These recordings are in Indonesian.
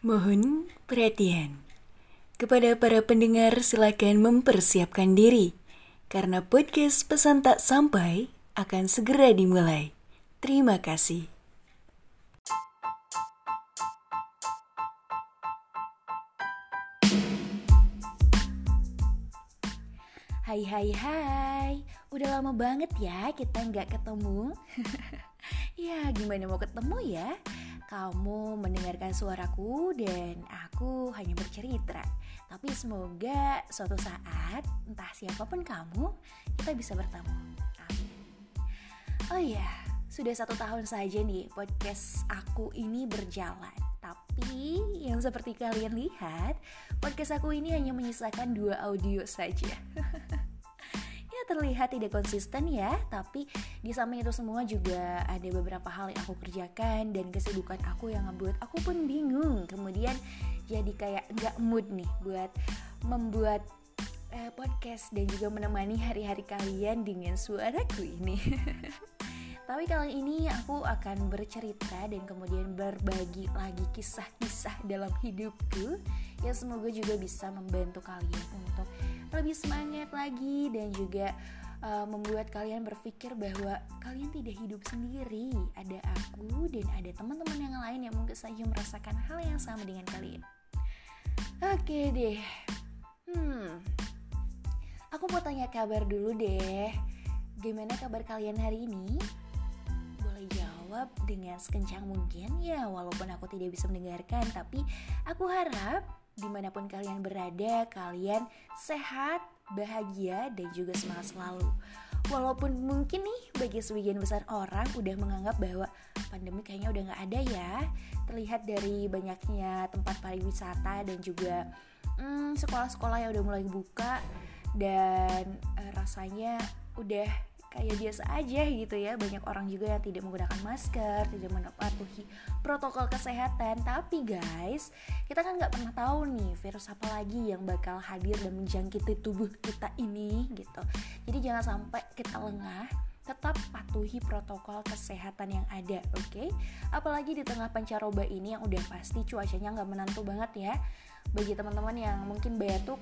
Mohon perhatian. Kepada para pendengar silakan mempersiapkan diri karena podcast Pesan Tak Sampai akan segera dimulai. Terima kasih. Hai hai hai. Udah lama banget ya kita nggak ketemu. Ya gimana mau ketemu ya? Kamu mendengarkan suaraku dan aku hanya bercerita. Tapi semoga suatu saat, entah siapapun kamu, kita bisa bertemu. Amin. Oh iya, sudah 1 tahun saja nih podcast aku ini berjalan. Tapi yang seperti kalian lihat, podcast aku ini hanya menyisakan 2 audio saja. Terlihat tidak konsisten ya, tapi di samping itu semua juga ada beberapa hal yang aku kerjakan dan kesibukan aku yang ngebuat aku pun bingung. Kemudian jadi kayak gak mood nih buat membuat podcast dan juga menemani hari-hari kalian dengan suaraku ini. Tapi kali ini aku akan bercerita dan kemudian berbagi lagi kisah-kisah dalam hidupku yang semoga juga bisa membantu kalian untuk lebih semangat lagi dan juga membuat kalian berpikir bahwa kalian tidak hidup sendiri. Ada aku dan ada teman-teman yang lain yang mungkin saja merasakan hal yang sama dengan kalian. Oke deh. Aku mau tanya kabar dulu deh. Gimana kabar kalian hari ini? Boleh jawab dengan sekencang mungkin ya, walaupun aku tidak bisa mendengarkan. Tapi aku harap dimanapun kalian berada, kalian sehat, bahagia, dan juga semangat selalu. Walaupun mungkin nih bagi sebagian besar orang udah menganggap bahwa pandemi kayaknya udah gak ada ya. Terlihat dari banyaknya tempat pariwisata dan juga sekolah-sekolah yang udah mulai buka. Dan rasanya udah kayak biasa aja gitu ya. Banyak orang juga yang tidak menggunakan masker, tidak mematuhi protokol kesehatan. Tapi guys, kita kan gak pernah tahu nih virus apa lagi yang bakal hadir dan menjangkiti tubuh kita ini gitu. Jadi jangan sampai kita lengah, tetap patuhi protokol kesehatan yang ada, oke? Apalagi di tengah pancaroba ini yang udah pasti cuacanya gak menentu banget ya. Bagi teman-teman yang mungkin batuk,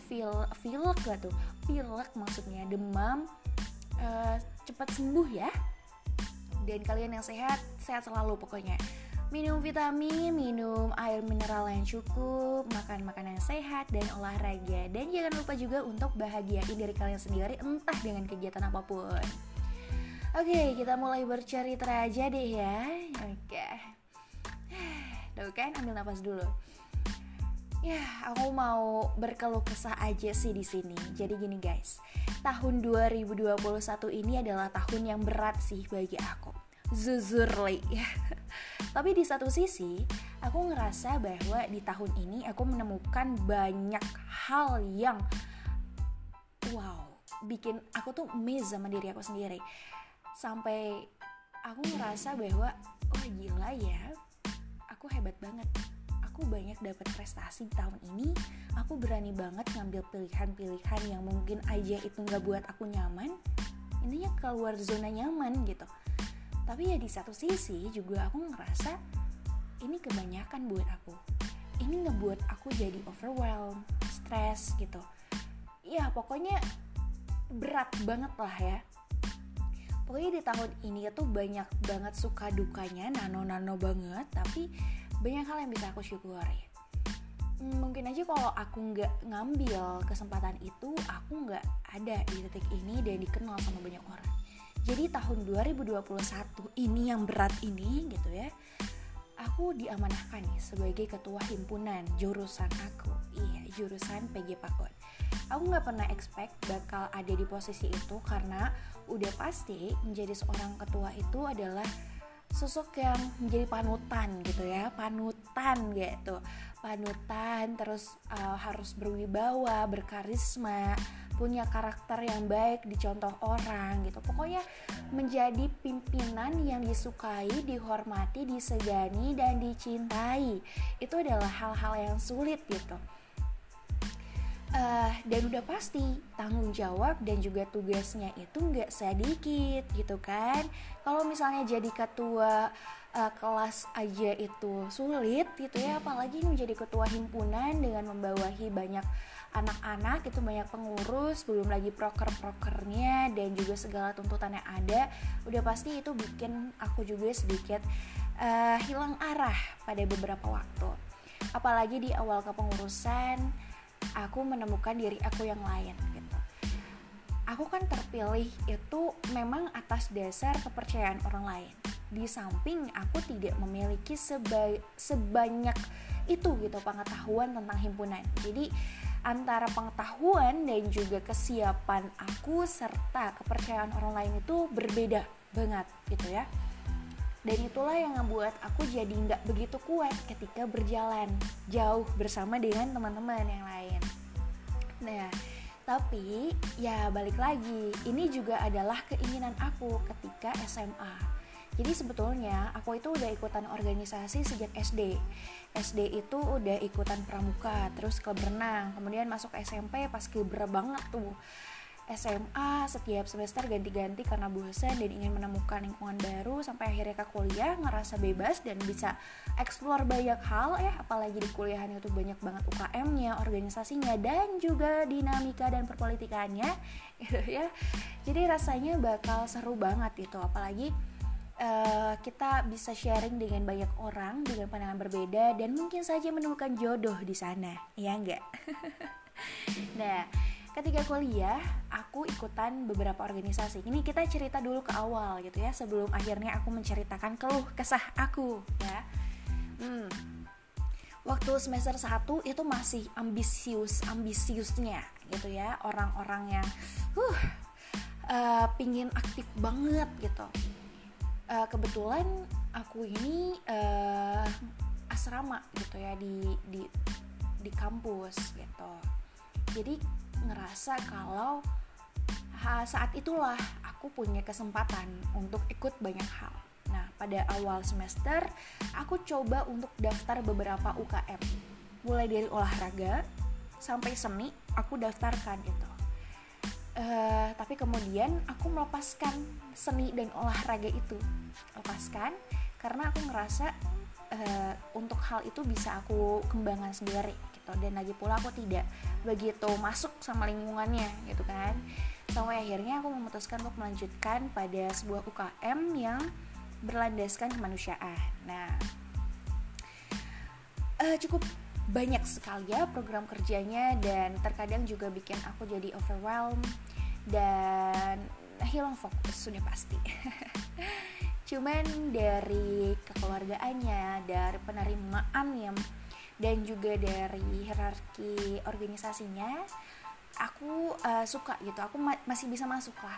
pilek maksudnya, demam, cepat sembuh ya. Dan kalian yang sehat selalu pokoknya. Minum vitamin, minum air mineral yang cukup, makan makanan yang sehat dan olahraga. Dan jangan lupa juga untuk bahagiain diri kalian sendiri entah dengan kegiatan apapun. Oke, kita mulai bercerita aja deh ya. Oke. Tuh kan, ambil nafas dulu. Ya, aku mau berkeluh kesah aja sih di sini. Jadi gini guys, tahun 2021 ini adalah tahun yang berat sih bagi aku. Zuzurly. Tapi di satu sisi, aku ngerasa bahwa di tahun ini aku menemukan banyak hal yang wow, bikin aku tuh amazed sama diri aku sendiri. Sampai aku ngerasa bahwa oh gila ya, aku hebat banget. Aku banyak dapat prestasi tahun ini. Aku berani banget ngambil pilihan-pilihan yang mungkin aja itu gak buat aku nyaman. Intinya keluar zona nyaman gitu. Tapi ya di satu sisi juga aku ngerasa ini kebanyakan buat aku. Ini ngebuat aku jadi overwhelmed, stres gitu. Ya pokoknya berat banget lah ya. Pokoknya di tahun ini tuh banyak banget suka dukanya, nano-nano banget. Tapi banyak hal yang bisa aku syukuri. Mungkin aja kalau aku gak ngambil kesempatan itu, aku gak ada di titik ini dan dikenal sama banyak orang. Jadi tahun 2021 ini yang berat ini gitu ya, aku diamanahkan nih sebagai ketua himpunan jurusan aku. Iya, jurusan PG Pakon. Aku gak pernah expect bakal ada di posisi itu karena udah pasti menjadi seorang ketua itu adalah sosok yang menjadi panutan gitu ya, panutan terus harus berwibawa, berkarisma, punya karakter yang baik, dicontoh orang gitu. Pokoknya menjadi pimpinan yang disukai, dihormati, disegani dan dicintai. Itu adalah hal-hal yang sulit gitu. Dan udah pasti tanggung jawab dan juga tugasnya itu gak sedikit gitu kan. Kalau misalnya jadi ketua kelas aja itu sulit gitu ya, apalagi menjadi ketua himpunan dengan membawahi banyak anak-anak, itu banyak pengurus, belum lagi proker-prokernya dan juga segala tuntutan yang ada. Udah pasti itu bikin aku juga sedikit hilang arah pada beberapa waktu. Apalagi di awal kepengurusan aku menemukan diri aku yang lain gitu. Aku kan terpilih itu memang atas dasar kepercayaan orang lain. Di samping aku tidak memiliki sebanyak itu gitu pengetahuan tentang himpunan. Jadi antara pengetahuan dan juga kesiapan aku serta kepercayaan orang lain itu berbeda banget gitu ya. Dan itulah yang membuat aku jadi gak begitu kuat ketika berjalan jauh bersama dengan teman-teman yang lain. Nah, tapi ya balik lagi, ini juga adalah keinginan aku ketika SMA. Jadi sebetulnya aku itu udah ikutan organisasi sejak SD. SD itu udah ikutan pramuka, terus klub renang, kemudian masuk SMP pas kibra banget tuh. SMA setiap semester ganti-ganti karena bosan dan ingin menemukan lingkungan baru, sampai akhirnya ke kuliah ngerasa bebas dan bisa explore banyak hal ya, apalagi di kuliahan itu banyak banget UKM-nya, organisasinya dan juga dinamika dan perpolitikannya gitu ya. Jadi rasanya bakal seru banget gitu, apalagi kita bisa sharing dengan banyak orang dengan pandangan berbeda dan mungkin saja menemukan jodoh di sana, ya enggak? Nah, ketika kuliah, aku ikutan beberapa organisasi. Ini kita cerita dulu ke awal gitu ya, sebelum akhirnya aku menceritakan keluh kesah aku ya. Waktu semester 1 itu masih ambisiusnya gitu ya, orang-orang yang pingin aktif banget gitu. Kebetulan aku ini asrama gitu ya di kampus gitu. Jadi ngerasa kalau saat itulah aku punya kesempatan untuk ikut banyak hal. Nah, pada awal semester aku coba untuk daftar beberapa UKM. Mulai dari olahraga sampai seni aku daftarkan gitu. Tapi kemudian aku melepaskan seni dan olahraga itu. Lepaskan karena aku ngerasa untuk hal itu bisa aku kembangkan sendiri gitu. Dan lagi pula aku tidak begitu masuk sama lingkungannya gitu kan. Sampai akhirnya aku memutuskan untuk melanjutkan pada sebuah UKM yang berlandaskan kemanusiaan. Nah, cukup banyak sekali ya program kerjanya dan terkadang juga bikin aku jadi overwhelmed dan hilang fokus sudah pasti. Cuman dari kekeluargaannya, dari penerimaan dan juga dari hierarki organisasinya, aku suka gitu. Aku masih bisa masuk lah,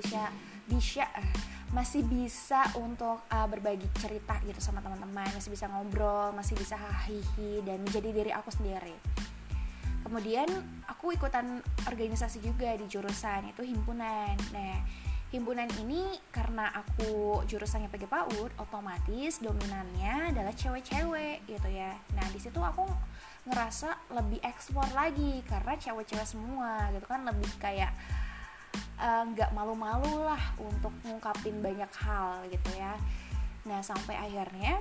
masih bisa untuk berbagi cerita gitu sama teman-teman, masih bisa ngobrol, masih bisa hahihi dan menjadi diri aku sendiri. Kemudian aku ikutan organisasi juga di jurusan itu himpunan. Nah, himpunan ini karena aku jurusannya PG PAUD, otomatis dominannya adalah cewek-cewek gitu ya. Nah, di situ aku ngerasa lebih explore lagi karena cewek-cewek semua gitu kan, lebih kayak nggak malu-malu lah untuk ngungkapin banyak hal gitu ya. Nah, sampai akhirnya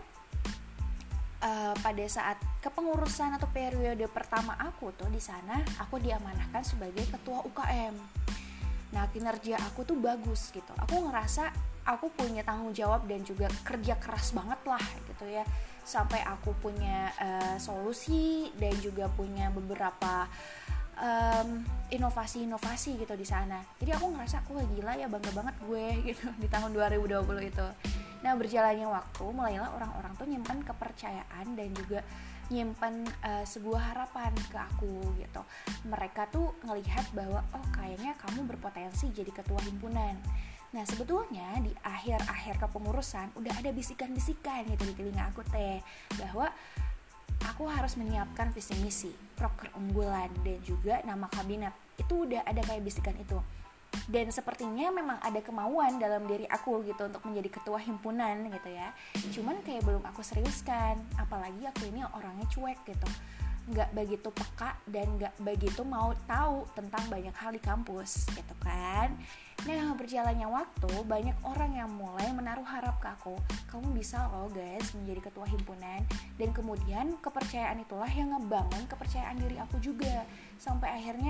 pada saat kepengurusan atau periode pertama aku tuh di sana, aku diamanahkan sebagai ketua UKM. Nah, kinerja aku tuh bagus gitu. Aku ngerasa aku punya tanggung jawab dan juga kerja keras banget lah gitu ya. Sampai aku punya solusi dan juga punya beberapa inovasi-inovasi gitu di sana. Jadi aku ngerasa aku gila ya, bangga banget gue gitu di tahun 2020 itu. Nah, berjalannya waktu mulailah orang-orang tuh nyimpan kepercayaan dan juga nyimpan sebuah harapan ke aku gitu. Mereka tuh ngelihat bahwa oh kayaknya kamu berpotensi jadi ketua himpunan. Nah, sebetulnya di akhir-akhir kepengurusan udah ada bisikan-bisikan gitu di telinga aku bahwa aku harus menyiapkan visi misi, proker unggulan dan juga nama kabinet. Itu udah ada kayak bisikan itu. Dan sepertinya memang ada kemauan dalam diri aku gitu untuk menjadi ketua himpunan gitu ya. Cuman kayak belum aku seriuskan, apalagi aku ini orangnya cuek gitu. nggak begitu peka dan nggak begitu mau tahu tentang banyak hal di kampus gitu kan. Nah, berjalannya waktu banyak orang yang mulai menaruh harap ke aku, kamu bisa loh guys menjadi ketua himpunan. Dan kemudian kepercayaan itulah yang ngebangun kepercayaan diri aku juga, sampai akhirnya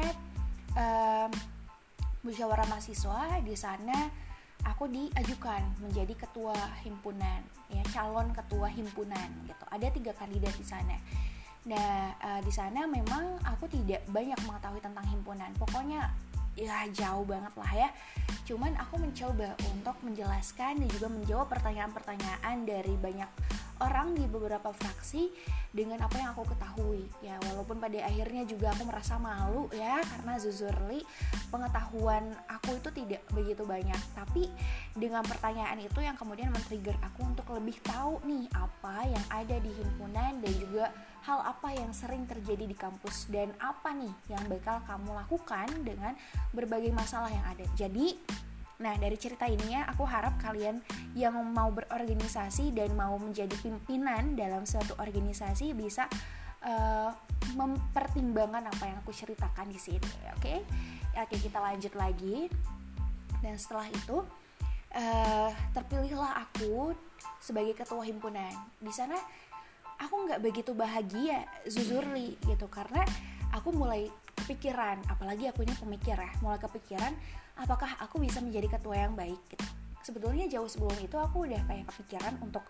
musyawarah mahasiswa di sana aku diajukan menjadi ketua himpunan, ya, calon ketua himpunan gitu. Ada 3 kandidat di sana. Nah, di sana memang aku tidak banyak mengetahui tentang himpunan. Pokoknya ya jauh banget lah ya. Cuman aku mencoba untuk menjelaskan dan juga menjawab pertanyaan-pertanyaan dari banyak orang di beberapa fraksi dengan apa yang aku ketahui. Ya, walaupun pada akhirnya juga aku merasa malu ya, karena jujurly pengetahuan aku itu tidak begitu banyak. Tapi dengan pertanyaan itu yang kemudian men-trigger aku untuk lebih tahu nih apa yang ada di himpunan dan juga hal apa yang sering terjadi di kampus dan apa nih yang bakal kamu lakukan dengan berbagai masalah yang ada. Jadi, nah dari cerita ini ya, aku harap kalian yang mau berorganisasi dan mau menjadi pimpinan dalam suatu organisasi bisa mempertimbangkan apa yang aku ceritakan di sini, oke? Oke, kita lanjut lagi. Dan setelah itu terpilihlah aku sebagai ketua himpunan. Di sana aku nggak begitu bahagia, jujurly gitu, karena aku mulai kepikiran, apalagi akunya pemikir ya, mulai kepikiran apakah aku bisa menjadi ketua yang baik gitu. Sebetulnya jauh sebelum itu aku udah kayak kepikiran untuk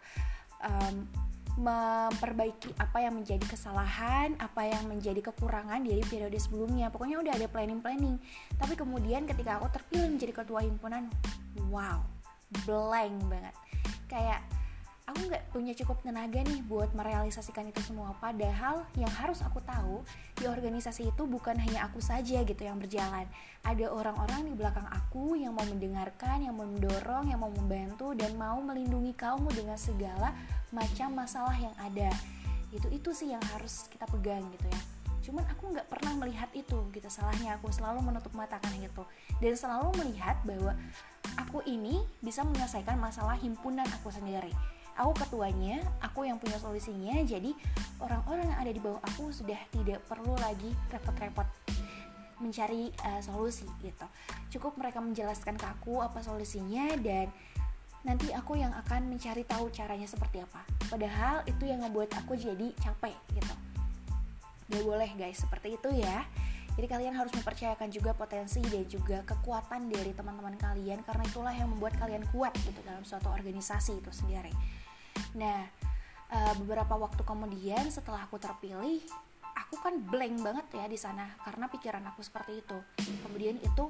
memperbaiki apa yang menjadi kesalahan, apa yang menjadi kekurangan dari periode sebelumnya. Pokoknya udah ada planning. Tapi kemudian ketika aku terpilih menjadi ketua himpunan, wow, blank banget. Kayak aku gak punya cukup tenaga nih buat merealisasikan itu semua. Padahal yang harus aku tahu, di organisasi itu bukan hanya aku saja gitu yang berjalan. Ada orang-orang di belakang aku yang mau mendengarkan, yang mau mendorong, yang mau membantu, dan mau melindungi kamu dengan segala macam masalah yang ada. Itu sih yang harus kita pegang gitu ya. Cuman aku gak pernah melihat itu gitu. Salahnya aku selalu menutup mata kan itu. Dan selalu melihat bahwa aku ini bisa menyelesaikan masalah himpunan aku sendiri. Aku ketuanya, aku yang punya solusinya. Jadi orang-orang yang ada di bawah aku sudah tidak perlu lagi repot-repot mencari solusi gitu. Cukup mereka menjelaskan ke aku apa solusinya, dan nanti aku yang akan mencari tahu caranya seperti apa. Padahal itu yang ngebuat aku jadi capek gitu. Gak boleh guys seperti itu ya. Jadi kalian harus mempercayakan juga potensi dan juga kekuatan dari teman-teman kalian, karena itulah yang membuat kalian kuat gitu dalam suatu organisasi itu sendiri. Nah, beberapa waktu kemudian setelah aku terpilih, aku kan blank banget ya di sana karena pikiran aku seperti itu. Kemudian itu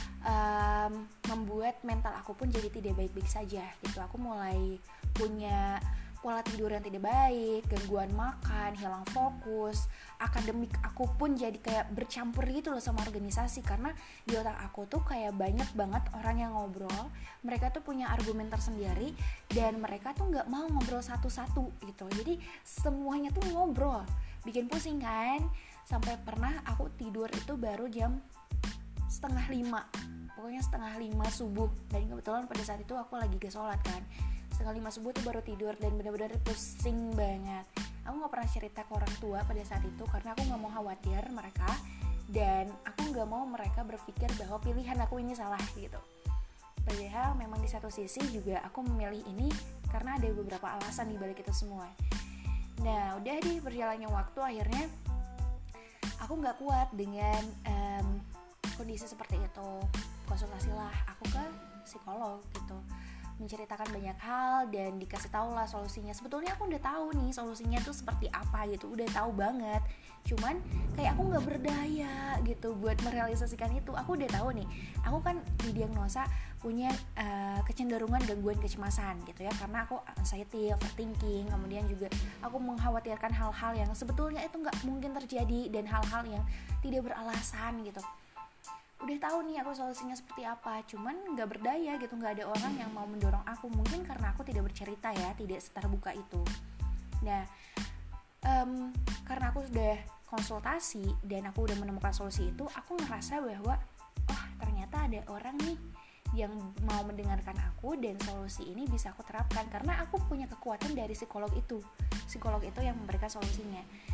membuat mental aku pun jadi tidak baik-baik saja gitu. Aku mulai punya pola tidur yang tidak baik, gangguan makan, hilang fokus, akademik aku pun jadi kayak bercampur gitu loh sama organisasi, karena di otak aku tuh kayak banyak banget orang yang ngobrol, mereka tuh punya argumen tersendiri dan mereka tuh nggak mau ngobrol satu-satu gitu, jadi semuanya tuh ngobrol, bikin pusing kan, sampai pernah aku tidur itu baru jam 4:30, pokoknya 4:30 subuh, dan kebetulan pada saat itu aku lagi gak sholat kan. 4:30 subuh tuh baru tidur dan benar-benar pusing banget. Aku gak pernah cerita ke orang tua pada saat itu karena aku gak mau khawatir mereka, dan aku gak mau mereka berpikir bahwa pilihan aku ini salah gitu. Padahal memang di satu sisi juga aku memilih ini karena ada beberapa alasan di balik itu semua. Nah, udah di berjalannya waktu akhirnya aku gak kuat dengan kondisi seperti itu. Konsultasilah aku ke psikolog gitu, menceritakan banyak hal dan dikasih tahu lah solusinya. Sebetulnya aku udah tahu nih solusinya tuh seperti apa gitu, udah tahu banget. Cuman kayak aku nggak berdaya gitu buat merealisasikan itu. Aku udah tahu nih, aku kan didiagnosa punya kecenderungan gangguan kecemasan gitu ya, karena aku anxiety, overthinking, kemudian juga aku mengkhawatirkan hal-hal yang sebetulnya itu nggak mungkin terjadi dan hal-hal yang tidak beralasan gitu. Udah tahu nih aku solusinya seperti apa, cuman nggak berdaya gitu, nggak ada orang yang mau mendorong aku, mungkin karena aku tidak bercerita ya, tidak seterbuka itu. Nah, karena aku sudah konsultasi dan aku udah menemukan solusi itu, aku ngerasa bahwa ternyata ada orang nih yang mau mendengarkan aku dan solusi ini bisa aku terapkan karena aku punya kekuatan dari psikolog itu yang memberikan solusinya.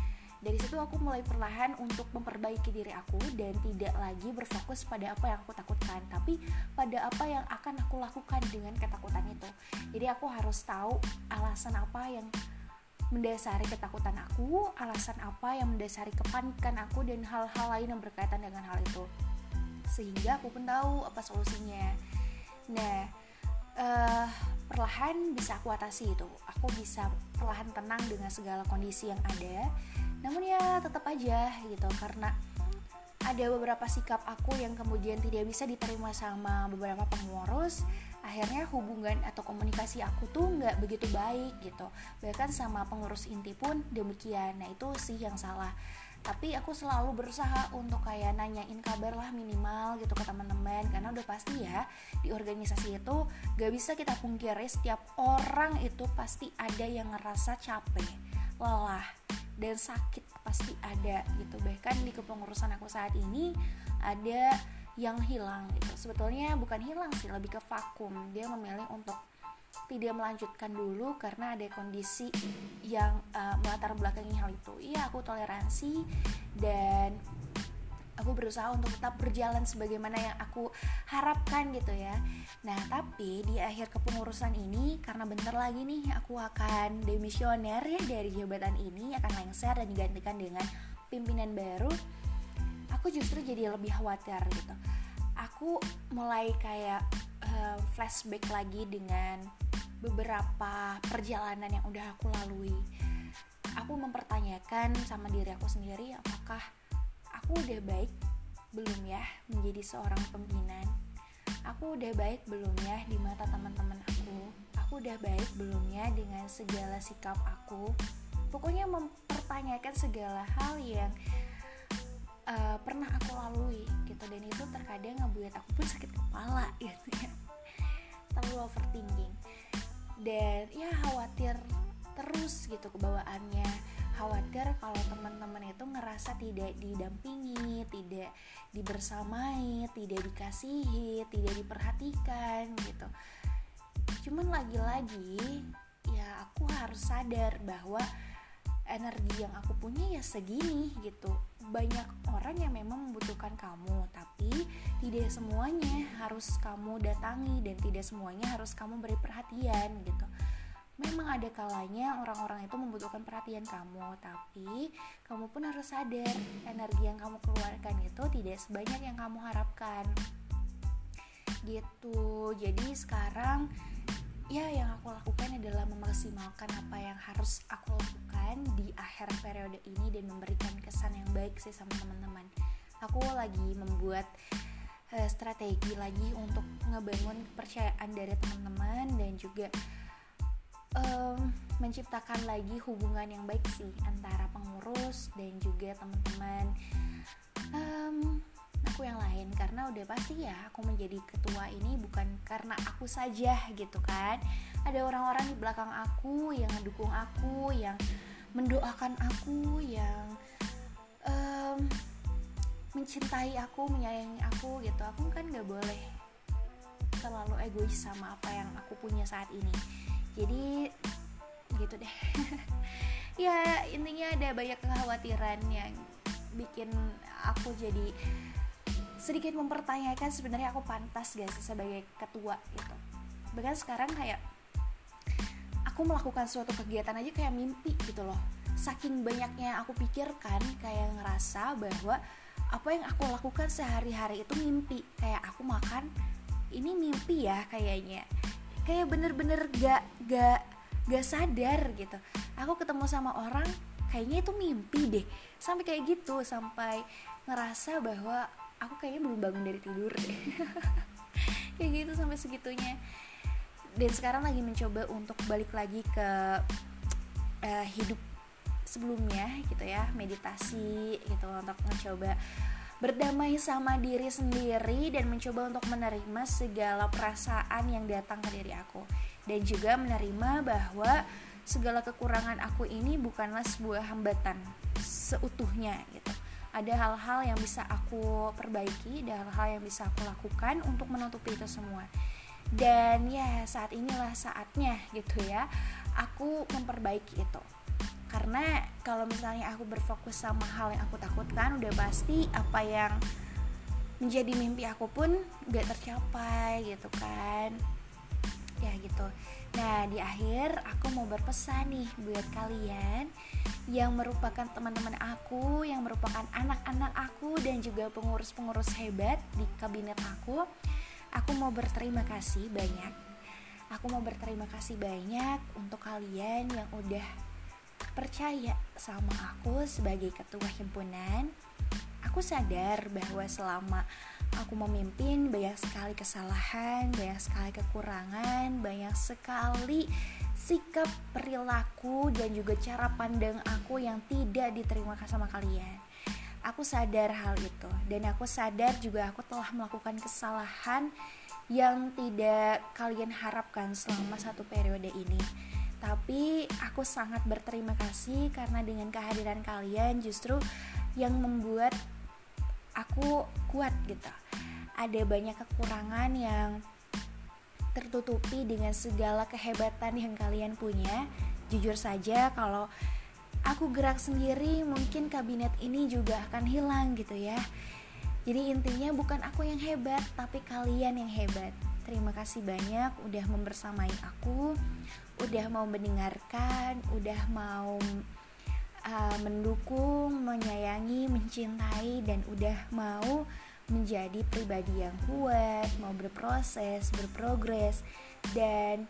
Dari situ aku mulai perlahan untuk memperbaiki diri aku dan tidak lagi berfokus pada apa yang aku takutkan, tapi pada apa yang akan aku lakukan dengan ketakutan itu. Jadi aku harus tahu alasan apa yang mendasari ketakutan aku, alasan apa yang mendasari kepanikan aku, dan hal-hal lain yang berkaitan dengan hal itu, sehingga aku pun tahu apa solusinya. Nah, perlahan bisa aku atasi itu. Aku bisa perlahan tenang dengan segala kondisi yang ada. Namun ya tetap aja gitu, karena ada beberapa sikap aku yang kemudian tidak bisa diterima sama beberapa pengurus. Akhirnya hubungan atau komunikasi aku tuh nggak begitu baik gitu. Bahkan sama pengurus inti pun demikian. Nah itu sih yang salah. Tapi aku selalu berusaha untuk kayak nanyain kabar lah minimal gitu ke teman-teman, karena udah pasti ya di organisasi itu gak bisa kita pungkiri setiap orang itu pasti ada yang ngerasa capek, lelah, dan sakit pasti ada gitu. Bahkan di kepengurusan aku saat ini ada yang hilang gitu. Sebetulnya bukan hilang sih, lebih ke vakum. Dia memilih untuk tidak melanjutkan dulu karena ada kondisi yang melatar belakangi hal itu. Iya, aku toleransi dan aku berusaha untuk tetap berjalan sebagaimana yang aku harapkan gitu ya. Nah, tapi di akhir kepengurusan ini, karena bentar lagi nih aku akan demisioner ya dari jabatan ini, akan lengser dan digantikan dengan pimpinan baru. Aku justru jadi lebih khawatir gitu. Aku mulai kayak flashback lagi dengan beberapa perjalanan yang udah aku lalui. Aku mempertanyakan sama diri aku sendiri, apakah aku udah baik belum ya menjadi seorang pimpinan? Aku udah baik belum ya di mata teman-teman aku? Aku udah baik belum ya dengan segala sikap aku? Pokoknya mempertanyakan segala hal yang pernah aku lalui gitu, dan itu terkadang ngebuat aku pun sakit kepala gitu ya, terlalu overthinking, dan ya khawatir terus gitu kebawaannya, khawatir kalau teman-teman itu ngerasa tidak didampingi, tidak dibersamai, tidak dikasihi, tidak diperhatikan gitu. Cuman lagi-lagi ya aku harus sadar bahwa energi yang aku punya ya segini gitu. Banyak orang yang memang membutuhkan kamu, tapi tidak semuanya harus kamu datangi dan tidak semuanya harus kamu beri perhatian gitu. Memang ada kalanya orang-orang itu membutuhkan perhatian kamu, tapi kamu pun harus sadar energi yang kamu keluarkan itu tidak sebanyak yang kamu harapkan gitu. Jadi sekarang ya yang aku lakukan adalah memaksimalkan apa yang harus aku lakukan di akhir periode ini dan memberikan kesan yang baik sih sama teman-teman. Aku lagi membuat strategi lagi untuk ngebangun kepercayaan dari teman-teman dan juga menciptakan lagi hubungan yang baik sih antara pengurus dan juga teman-teman aku yang lain, karena udah pasti ya aku menjadi ketua ini bukan karena aku saja gitu kan. Ada orang-orang di belakang aku yang mendukung aku, yang mendoakan aku, yang mencintai aku, menyayangi aku gitu. Aku kan gak boleh terlalu egois sama apa yang aku punya saat ini. Jadi gitu deh. Ya intinya ada banyak kekhawatiran yang bikin aku jadi sedikit mempertanyakan sebenarnya aku pantas gak sih sebagai ketua gitu. Bahkan sekarang kayak aku melakukan suatu kegiatan aja kayak mimpi gitu loh. Saking banyaknya aku pikirkan, kayak ngerasa bahwa apa yang aku lakukan sehari-hari itu mimpi. Kayak aku makan, ini mimpi ya kayaknya. Kayak bener-bener gak sadar gitu. Aku ketemu sama orang, kayaknya itu mimpi deh. Sampai kayak gitu, sampai ngerasa bahwa aku kayaknya belum bangun dari tidur deh. Kayak gitu sampai segitunya. Dan sekarang lagi mencoba untuk balik lagi ke hidup sebelumnya gitu ya, meditasi gitu, untuk mencoba berdamai sama diri sendiri dan mencoba untuk menerima segala perasaan yang datang ke diri aku, dan juga menerima bahwa segala kekurangan aku ini bukanlah sebuah hambatan seutuhnya gitu. Ada hal-hal yang bisa aku perbaiki, ada hal-hal yang bisa aku lakukan untuk menutupi itu semua. Dan ya saat inilah saatnya gitu ya, aku memperbaiki itu. Karena kalau misalnya aku berfokus sama hal yang aku takutkan, udah pasti apa yang menjadi mimpi aku pun gak tercapai gitu kan. Ya gitu. Nah di akhir aku mau berpesan nih buat kalian yang merupakan teman-teman aku, yang merupakan anak-anak aku dan juga pengurus-pengurus hebat di kabinet aku. Aku mau berterima kasih banyak. Aku mau berterima kasih banyak untuk kalian yang udah percaya sama aku sebagai ketua himpunan. Aku sadar bahwa selama aku memimpin banyak sekali kesalahan, banyak sekali kekurangan, banyak sekali sikap, perilaku dan juga cara pandang aku yang tidak diterima sama kalian. Aku sadar hal itu dan aku sadar juga aku telah melakukan kesalahan yang tidak kalian harapkan selama satu periode ini. Tapi aku sangat berterima kasih karena dengan kehadiran kalian justru yang membuat aku kuat gitu. Ada banyak kekurangan yang tertutupi dengan segala kehebatan yang kalian punya. Jujur saja kalau aku gerak sendiri mungkin kabinet ini juga akan hilang gitu ya. Jadi intinya bukan aku yang hebat, tapi kalian yang hebat. Terima kasih banyak udah membersamai aku, udah mau mendengarkan, udah mau mendukung, menyayangi, mencintai, dan udah mau menjadi pribadi yang kuat, mau berproses, berprogres. Dan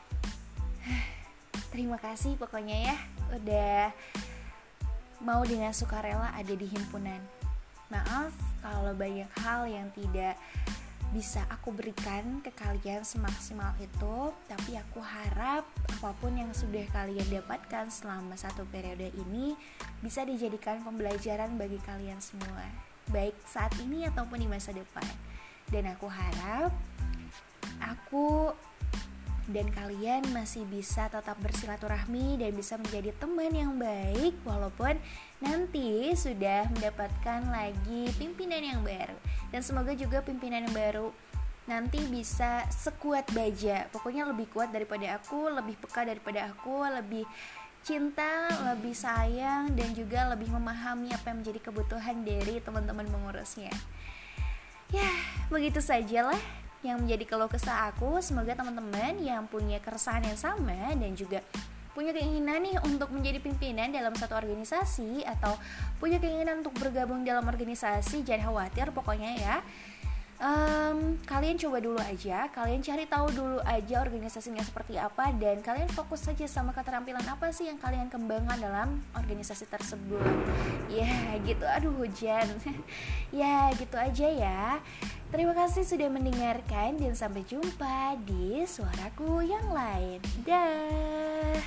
terima kasih pokoknya ya udah mau dengan sukarela ada di himpunan. Maaf kalau banyak hal yang tidak bisa aku berikan ke kalian semaksimal itu, tapi aku harap apapun yang sudah kalian dapatkan selama satu periode ini bisa dijadikan pembelajaran bagi kalian semua, baik saat ini ataupun di masa depan. Dan aku harap aku dan kalian masih bisa tetap bersilaturahmi dan bisa menjadi teman yang baik walaupun nanti sudah mendapatkan lagi pimpinan yang baru. Dan semoga juga pimpinan yang baru nanti bisa sekuat baja, pokoknya lebih kuat daripada aku, lebih peka daripada aku, lebih cinta, lebih sayang, dan juga lebih memahami apa yang menjadi kebutuhan dari teman-teman pengurusnya. Ya, begitu sajalah yang menjadi keluh kesah aku. Semoga teman-teman yang punya keresahan yang sama dan juga punya keinginan nih untuk menjadi pimpinan dalam satu organisasi atau punya keinginan untuk bergabung dalam organisasi, jangan khawatir pokoknya ya. Kalian coba dulu aja, kalian cari tahu dulu aja organisasinya seperti apa, dan kalian fokus saja sama keterampilan apa sih yang kalian kembangkan dalam organisasi tersebut. Ya gitu, aduh hujan. Ya gitu aja ya. Terima kasih sudah mendengarkan dan sampai jumpa di suaraku yang lain. Dah.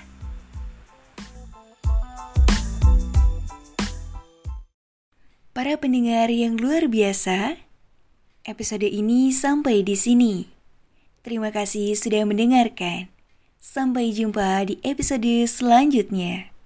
Para pendengar yang luar biasa, episode ini sampai di sini. Terima kasih sudah mendengarkan. Sampai jumpa di episode selanjutnya.